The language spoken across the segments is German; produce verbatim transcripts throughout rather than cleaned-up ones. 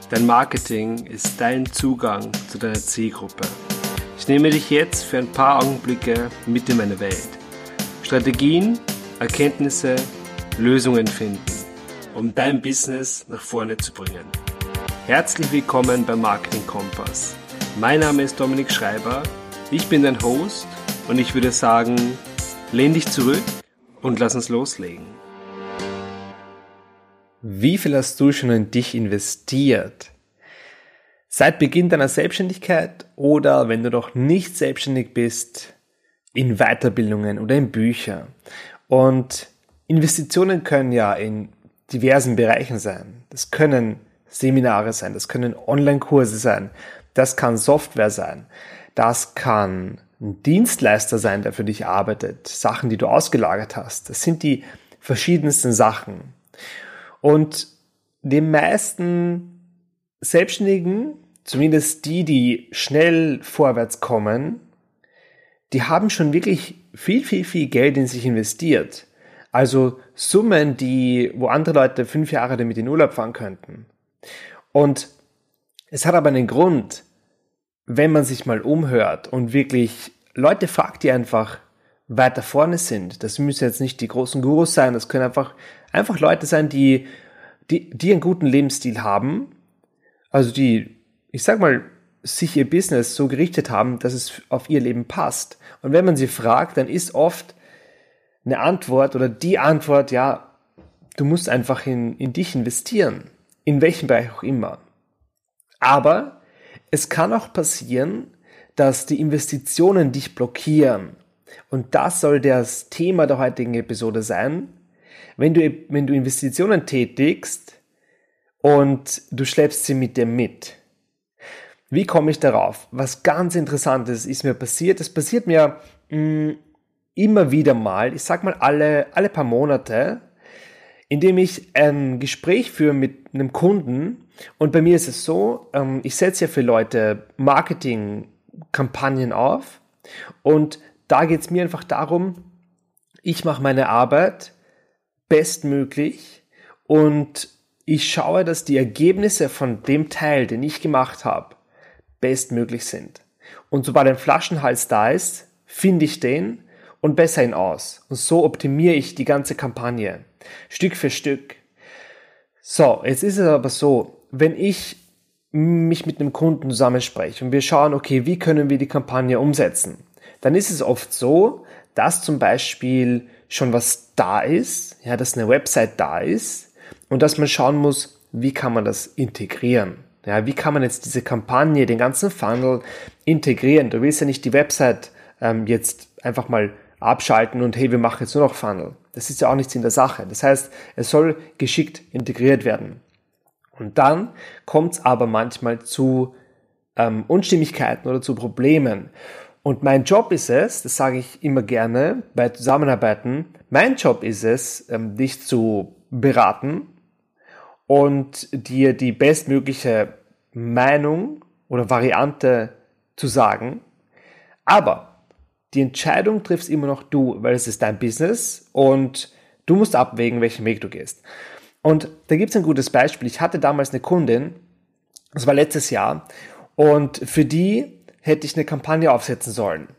Dein Marketing ist dein Zugang zu deiner Zielgruppe. Ich nehme dich jetzt für ein paar Augenblicke mit in meine Welt. Strategien, Erkenntnisse, Lösungen finden, um dein Business nach vorne zu bringen. Herzlich willkommen beim Marketing Kompass. Mein Name ist Dominik Schreiber, ich bin dein Host und ich würde sagen, lehn dich zurück und lass uns loslegen. Wie viel hast du schon in dich investiert? Seit Beginn deiner Selbstständigkeit oder wenn du noch nicht selbstständig bist, in Weiterbildungen oder in Bücher. Und Investitionen können ja in diversen Bereichen sein. Das können Seminare sein, das können Online-Kurse sein, das kann Software sein, das kann ein Dienstleister sein, der für dich arbeitet, Sachen, die du ausgelagert hast. Das sind die verschiedensten Sachen. Und die meisten Selbstständigen, zumindest die, die schnell vorwärts kommen, die haben schon wirklich viel, viel, viel Geld in sich investiert. Also Summen, die, wo andere Leute fünf Jahre damit in Urlaub fahren könnten. Und es hat aber einen Grund, wenn man sich mal umhört und wirklich Leute fragt, die einfach weiter vorne sind. Das müssen jetzt nicht die großen Gurus sein, das können einfach, einfach Leute sein, die, die, die einen guten Lebensstil haben, also die, ich sag mal, sich ihr Business so gerichtet haben, dass es auf ihr Leben passt. Und wenn man sie fragt, dann ist oft eine Antwort oder die Antwort, ja, du musst einfach in, in dich investieren, in welchem Bereich auch immer. Aber es kann auch passieren, dass die Investitionen dich blockieren. Und das soll das Thema der heutigen Episode sein. Wenn du, wenn du Investitionen tätigst und du schleppst sie mit dir mit. Wie komme ich darauf? Was ganz Interessantes ist mir passiert. Das passiert mir mh, immer wieder mal, ich sag mal alle, alle paar Monate, indem ich ein Gespräch führe mit einem Kunden. Und bei mir ist es so, ähm, ich setze ja für Leute Marketingkampagnen auf und da geht es mir einfach darum, ich mache meine Arbeit bestmöglich und ich schaue, dass die Ergebnisse von dem Teil, den ich gemacht habe, bestmöglich sind. Und sobald ein Flaschenhals da ist, finde ich den und bessere ihn aus. Und so optimiere ich die ganze Kampagne, Stück für Stück. So, jetzt ist es aber so, wenn ich mich mit einem Kunden zusammenspreche und wir schauen, okay, wie können wir die Kampagne umsetzen, dann ist es oft so, dass zum Beispiel schon was da ist, ja, dass eine Website da ist und dass man schauen muss, wie kann man das integrieren. Ja, wie kann man jetzt diese Kampagne, den ganzen Funnel integrieren? Du willst ja nicht die Website ähm, jetzt einfach mal abschalten und hey, wir machen jetzt nur noch Funnel. Das ist ja auch nichts in der Sache. Das heißt, es soll geschickt integriert werden. Und dann kommt es aber manchmal zu ähm, Unstimmigkeiten oder zu Problemen. Und mein Job ist es, das sage ich immer gerne bei Zusammenarbeiten, mein Job ist es, ähm, dich zu beraten und dir die bestmögliche Meinung oder Variante zu sagen. Aber die Entscheidung triffst immer noch du, weil es ist dein Business und du musst abwägen, welchen Weg du gehst. Und da gibt es ein gutes Beispiel. Ich hatte damals eine Kundin, das war letztes Jahr, und für die hätte ich eine Kampagne aufsetzen sollen.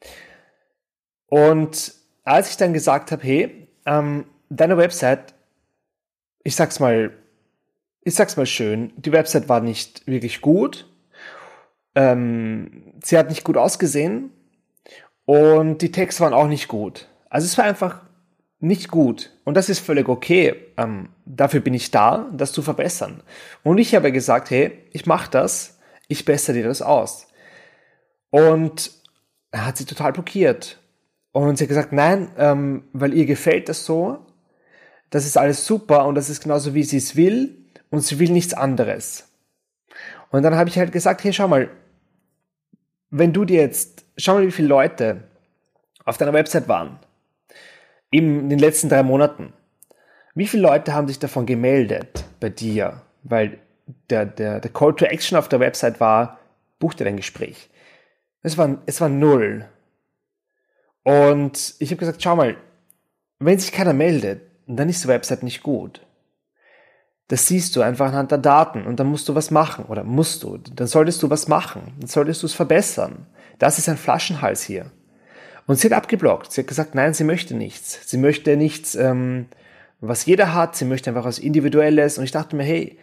Und als ich dann gesagt habe, hey, ähm, deine Website, ich sag's mal, ich sag's mal schön, die Website war nicht wirklich gut, ähm, sie hat nicht gut ausgesehen und die Texte waren auch nicht gut. Also es war einfach nicht gut und das ist völlig okay. Ähm, dafür bin ich da, das zu verbessern. Und ich habe gesagt, hey, ich mache das, ich bessere dir das aus. Und er hat sie total blockiert. Und sie hat gesagt, nein, ähm, weil ihr gefällt das so, das ist alles super und das ist genauso, wie sie es will und sie will nichts anderes. Und dann habe ich halt gesagt, hey, schau mal, wenn du dir jetzt, schau mal, wie viele Leute auf deiner Website waren in den letzten drei Monaten. Wie viele Leute haben sich davon gemeldet bei dir? Weil der, der, der Call to Action auf der Website war, buch dir dein Gespräch. Es war, es war null. Und ich habe gesagt, schau mal, wenn sich keiner meldet, dann ist die Website nicht gut. Das siehst du einfach anhand der Daten und dann musst du was machen oder musst du, dann solltest du was machen, dann solltest du es verbessern. Das ist ein Flaschenhals hier. Und sie hat abgeblockt. Sie hat gesagt, nein, sie möchte nichts. Sie möchte nichts, ähm, was jeder hat. Sie möchte einfach was Individuelles. Und ich dachte mir, hey,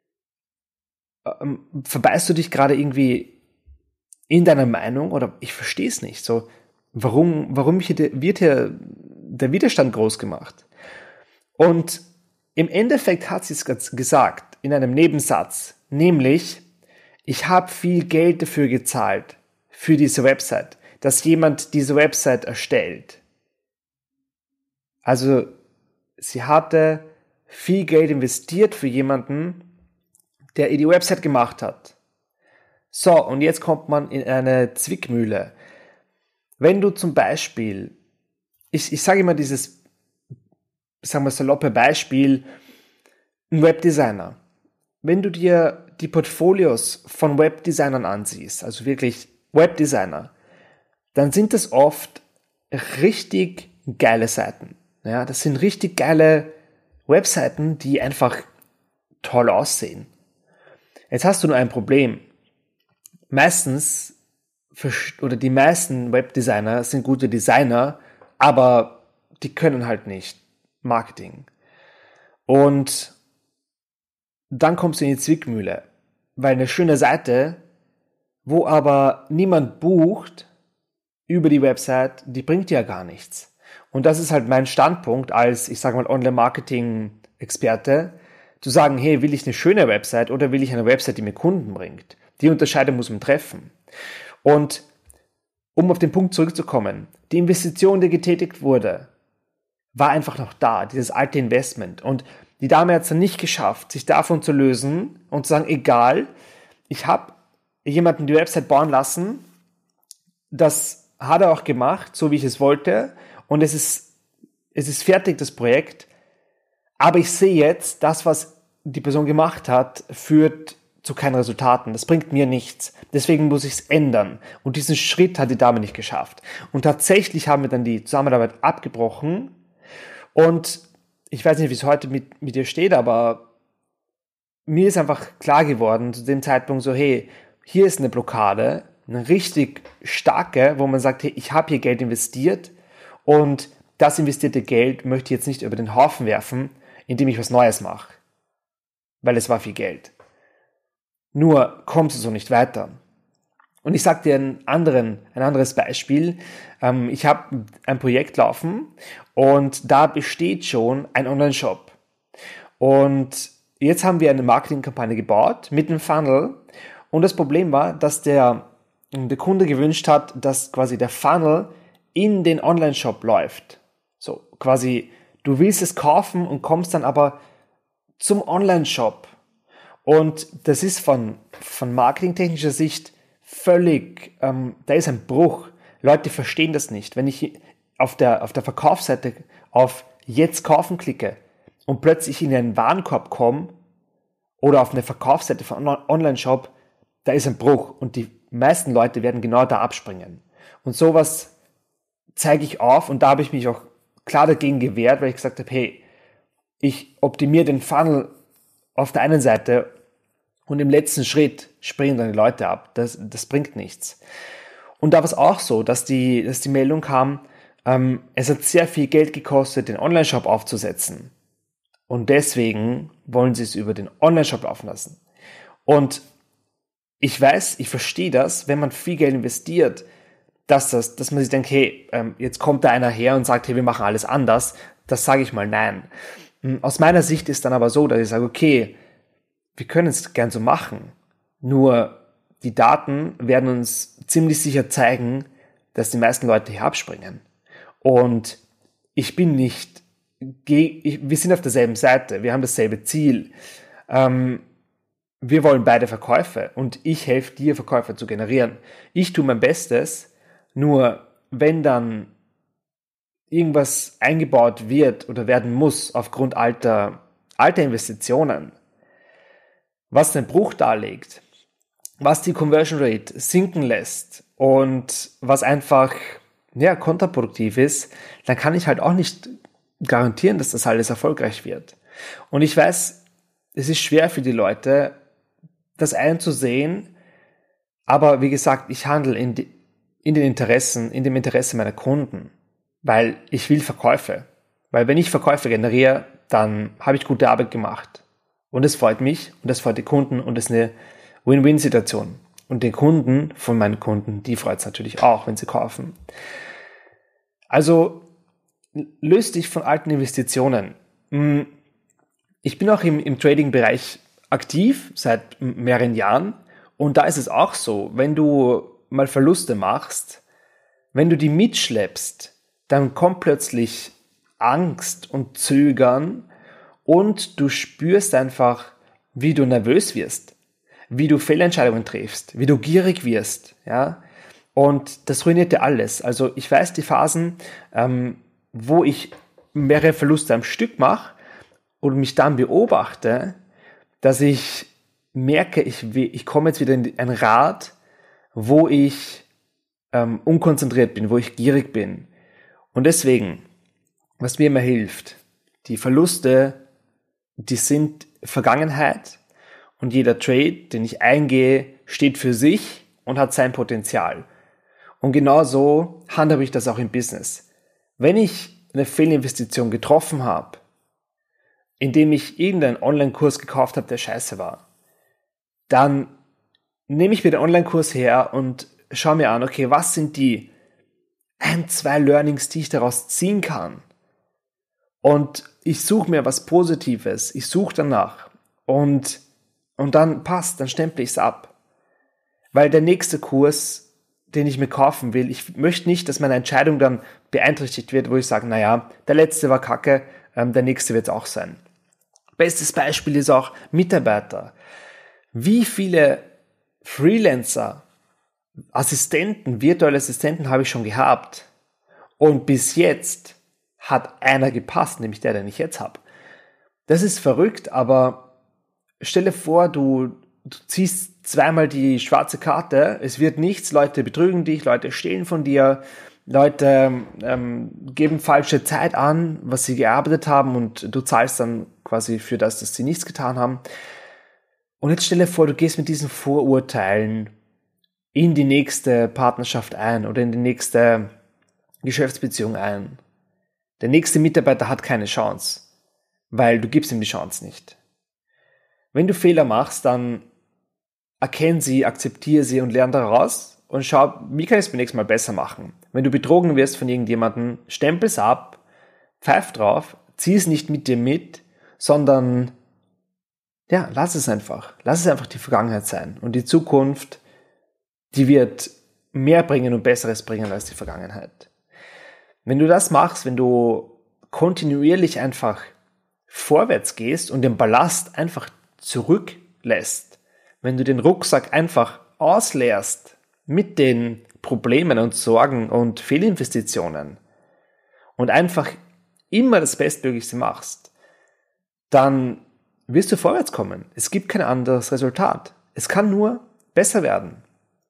ähm, verbeißt du dich gerade irgendwie in deiner Meinung? Oder ich verstehe es nicht. So, warum, warum hier, wird hier der Widerstand groß gemacht? Und im Endeffekt hat sie es gesagt, in einem Nebensatz, nämlich, ich habe viel Geld dafür gezahlt, für diese Website, dass jemand diese Website erstellt. Also, sie hatte viel Geld investiert für jemanden, der ihr die Website gemacht hat. So, und jetzt kommt man in eine Zwickmühle. Wenn du zum Beispiel, ich, ich sage immer dieses, sagen wir saloppe Beispiel, ein Webdesigner. Wenn du dir die Portfolios von Webdesignern ansiehst, also wirklich Webdesigner, dann sind das oft richtig geile Seiten. Ja, das sind richtig geile Webseiten, die einfach toll aussehen. Jetzt hast du nur ein Problem. Meistens, oder die meisten Webdesigner sind gute Designer, aber die können halt nicht Marketing. Und dann kommst du in die Zwickmühle, weil eine schöne Seite, wo aber niemand bucht über die Website, die bringt dir ja gar nichts. Und das ist halt mein Standpunkt als, ich sage mal, Online-Marketing-Experte, zu sagen, hey, will ich eine schöne Website oder will ich eine Website, die mir Kunden bringt? Die Unterscheidung muss man treffen. Und um auf den Punkt zurückzukommen, die Investition, die getätigt wurde, war einfach noch da, dieses alte Investment. Und die Dame hat es dann nicht geschafft, sich davon zu lösen und zu sagen, egal, ich habe jemanden die Website bauen lassen, das hat er auch gemacht, so wie ich es wollte, und es ist, es ist fertig, das Projekt, aber ich sehe jetzt, das, was die Person gemacht hat, führt zu keinen Resultaten. Das bringt mir nichts. Deswegen muss ich es ändern. Und diesen Schritt hat die Dame nicht geschafft. Und tatsächlich haben wir dann die Zusammenarbeit abgebrochen. Und ich weiß nicht, wie es heute mit, mit ihr steht, aber mir ist einfach klar geworden zu dem Zeitpunkt so, hey, hier ist eine Blockade, eine richtig starke, wo man sagt, hey, ich habe hier Geld investiert und das investierte Geld möchte ich jetzt nicht über den Haufen werfen, indem ich was Neues mache. Weil es war viel Geld. Nur kommst du so nicht weiter. Und ich sage dir einen anderen, ein anderes Beispiel. Ähm, ich habe ein Projekt laufen und da besteht schon ein Online-Shop. Und jetzt haben wir eine Marketingkampagne gebaut mit einem Funnel. Und das Problem war, dass der, der Kunde gewünscht hat, dass quasi der Funnel in den Online-Shop läuft. So quasi, du willst es kaufen und kommst dann aber zum Online-Shop. Und das ist von, von marketingtechnischer Sicht völlig, ähm, da ist ein Bruch. Leute verstehen das nicht. Wenn ich auf der, auf der Verkaufsseite auf Jetzt kaufen klicke und plötzlich in einen Warenkorb komme oder auf eine Verkaufsseite von einem Online-Shop, da ist ein Bruch und die meisten Leute werden genau da abspringen. Und sowas zeige ich auf und da habe ich mich auch klar dagegen gewehrt, weil ich gesagt habe, hey, ich optimiere den Funnel auf der einen Seite und im letzten Schritt springen dann die Leute ab. Das, das bringt nichts. Und da war es auch so, dass die, dass die Meldung kam, ähm, es hat sehr viel Geld gekostet, den Online-Shop aufzusetzen. Und deswegen wollen sie es über den Online-Shop laufen lassen. Und ich weiß, ich verstehe das, wenn man viel Geld investiert, dass, das, dass man sich denkt, hey, ähm, jetzt kommt da einer her und sagt, hey, wir machen alles anders. Das sage ich mal nein. Aus meiner Sicht ist dann aber so, dass ich sage, okay, wir können es gern so machen, nur die Daten werden uns ziemlich sicher zeigen, dass die meisten Leute hier abspringen. Und ich bin nicht, ich, wir sind auf derselben Seite, wir haben dasselbe Ziel. Ähm, wir wollen beide Verkäufe und ich helfe dir, Verkäufe zu generieren. Ich tue mein Bestes, nur wenn dann irgendwas eingebaut wird oder werden muss aufgrund alter, alter Investitionen, was den Bruch darlegt, was die Conversion Rate sinken lässt und was einfach ja, kontraproduktiv ist, dann kann ich halt auch nicht garantieren, dass das alles erfolgreich wird. Und ich weiß, es ist schwer für die Leute, das einzusehen, aber wie gesagt, ich handle in, die, in den Interessen, in dem Interesse meiner Kunden, weil ich will Verkäufe. Weil wenn ich Verkäufe generiere, dann habe ich gute Arbeit gemacht. Und es freut mich und es freut die Kunden und es ist eine Win-Win-Situation. Und den Kunden von meinen Kunden, die freut es natürlich auch, wenn sie kaufen. Also löst dich von alten Investitionen. Ich bin auch im, im Trading-Bereich aktiv seit mehreren Jahren und da ist es auch so, wenn du mal Verluste machst, wenn du die mitschleppst, dann kommt plötzlich Angst und Zögern und du spürst einfach, wie du nervös wirst, wie du Fehlentscheidungen triffst, wie du gierig wirst, ja, und das ruiniert dir alles. Also ich weiß die Phasen, ähm, wo ich mehrere Verluste am Stück mache und mich dann beobachte, dass ich merke, ich, ich komme jetzt wieder in ein Rad, wo ich ähm, unkonzentriert bin, wo ich gierig bin. Und deswegen, was mir immer hilft, die Verluste, die sind Vergangenheit und jeder Trade, den ich eingehe, steht für sich und hat sein Potenzial. Und genau so handhabe ich das auch im Business. Wenn ich eine Fehlinvestition getroffen habe, indem ich irgendeinen Online-Kurs gekauft habe, der scheiße war, dann nehme ich mir den Online-Kurs her und schaue mir an, okay, was sind die ein, zwei Learnings, die ich daraus ziehen kann? Und ich suche mir was Positives, ich suche danach und, und dann passt, dann stemple ich es ab. Weil der nächste Kurs, den ich mir kaufen will, ich möchte nicht, dass meine Entscheidung dann beeinträchtigt wird, wo ich sage, naja, der letzte war kacke, ähm, der nächste wird es auch sein. Bestes Beispiel ist auch Mitarbeiter. Wie viele Freelancer, Assistenten, virtuelle Assistenten habe ich schon gehabt und bis jetzt hat einer gepasst, nämlich der, den ich jetzt habe. Das ist verrückt, aber stelle vor, du, du ziehst zweimal die schwarze Karte, es wird nichts, Leute betrügen dich, Leute stehlen von dir, Leute ähm, geben falsche Zeit an, was sie gearbeitet haben und du zahlst dann quasi für das, dass sie nichts getan haben. Und jetzt stelle vor, du gehst mit diesen Vorurteilen in die nächste Partnerschaft ein oder in die nächste Geschäftsbeziehung ein. Der nächste Mitarbeiter hat keine Chance, weil du gibst ihm die Chance nicht. Wenn du Fehler machst, dann erkenn sie, akzeptiere sie und lerne daraus und schau, wie kann ich es beim nächsten Mal besser machen. Wenn du betrogen wirst von irgendjemandem, stempel es ab, pfeif drauf, zieh es nicht mit dir mit, sondern ja, lass es einfach. Lass es einfach die Vergangenheit sein. Und die Zukunft, die wird mehr bringen und Besseres bringen als die Vergangenheit. Wenn du das machst, wenn du kontinuierlich einfach vorwärts gehst und den Ballast einfach zurücklässt, wenn du den Rucksack einfach ausleerst mit den Problemen und Sorgen und Fehlinvestitionen und einfach immer das Bestmöglichste machst, dann wirst du vorwärts kommen. Es gibt kein anderes Resultat. Es kann nur besser werden.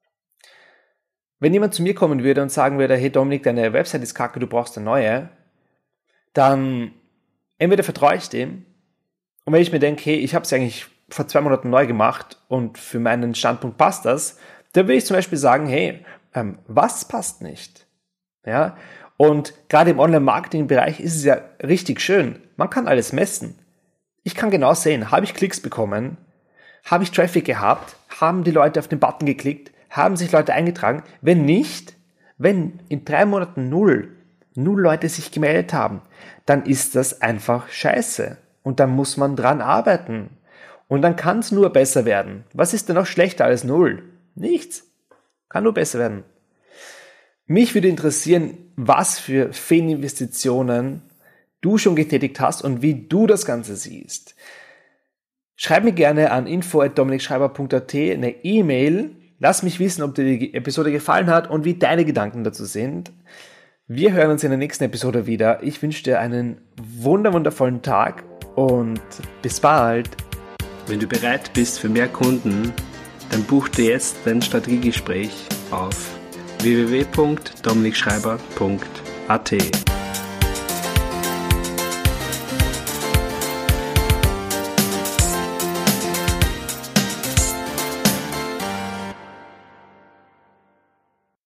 Wenn jemand zu mir kommen würde und sagen würde, hey Dominik, deine Website ist kacke, du brauchst eine neue, dann entweder vertraue ich dem und wenn ich mir denke, hey, ich habe es eigentlich vor zwei Monaten neu gemacht und für meinen Standpunkt passt das, dann würde ich zum Beispiel sagen, hey, ähm, was passt nicht? Ja? Und gerade im Online-Marketing-Bereich ist es ja richtig schön. Man kann alles messen. Ich kann genau sehen, habe ich Klicks bekommen, habe ich Traffic gehabt, haben die Leute auf den Button geklickt, haben sich Leute eingetragen. Wenn nicht, wenn in drei Monaten null, null Leute sich gemeldet haben, dann ist das einfach scheiße. Und dann muss man dran arbeiten. Und dann kann es nur besser werden. Was ist denn noch schlechter als null? Nichts. Kann nur besser werden. Mich würde interessieren, was für Fehlinvestitionen du schon getätigt hast und wie du das Ganze siehst. Schreib mir gerne an info at dominikschreiber punkt at eine E-Mail. Lass mich wissen, ob dir die Episode gefallen hat und wie deine Gedanken dazu sind. Wir hören uns in der nächsten Episode wieder. Ich wünsche dir einen wunderwundervollen Tag und bis bald. Wenn du bereit bist für mehr Kunden, dann buch dir jetzt dein Strategiegespräch auf w w w punkt dominikschreiber punkt at.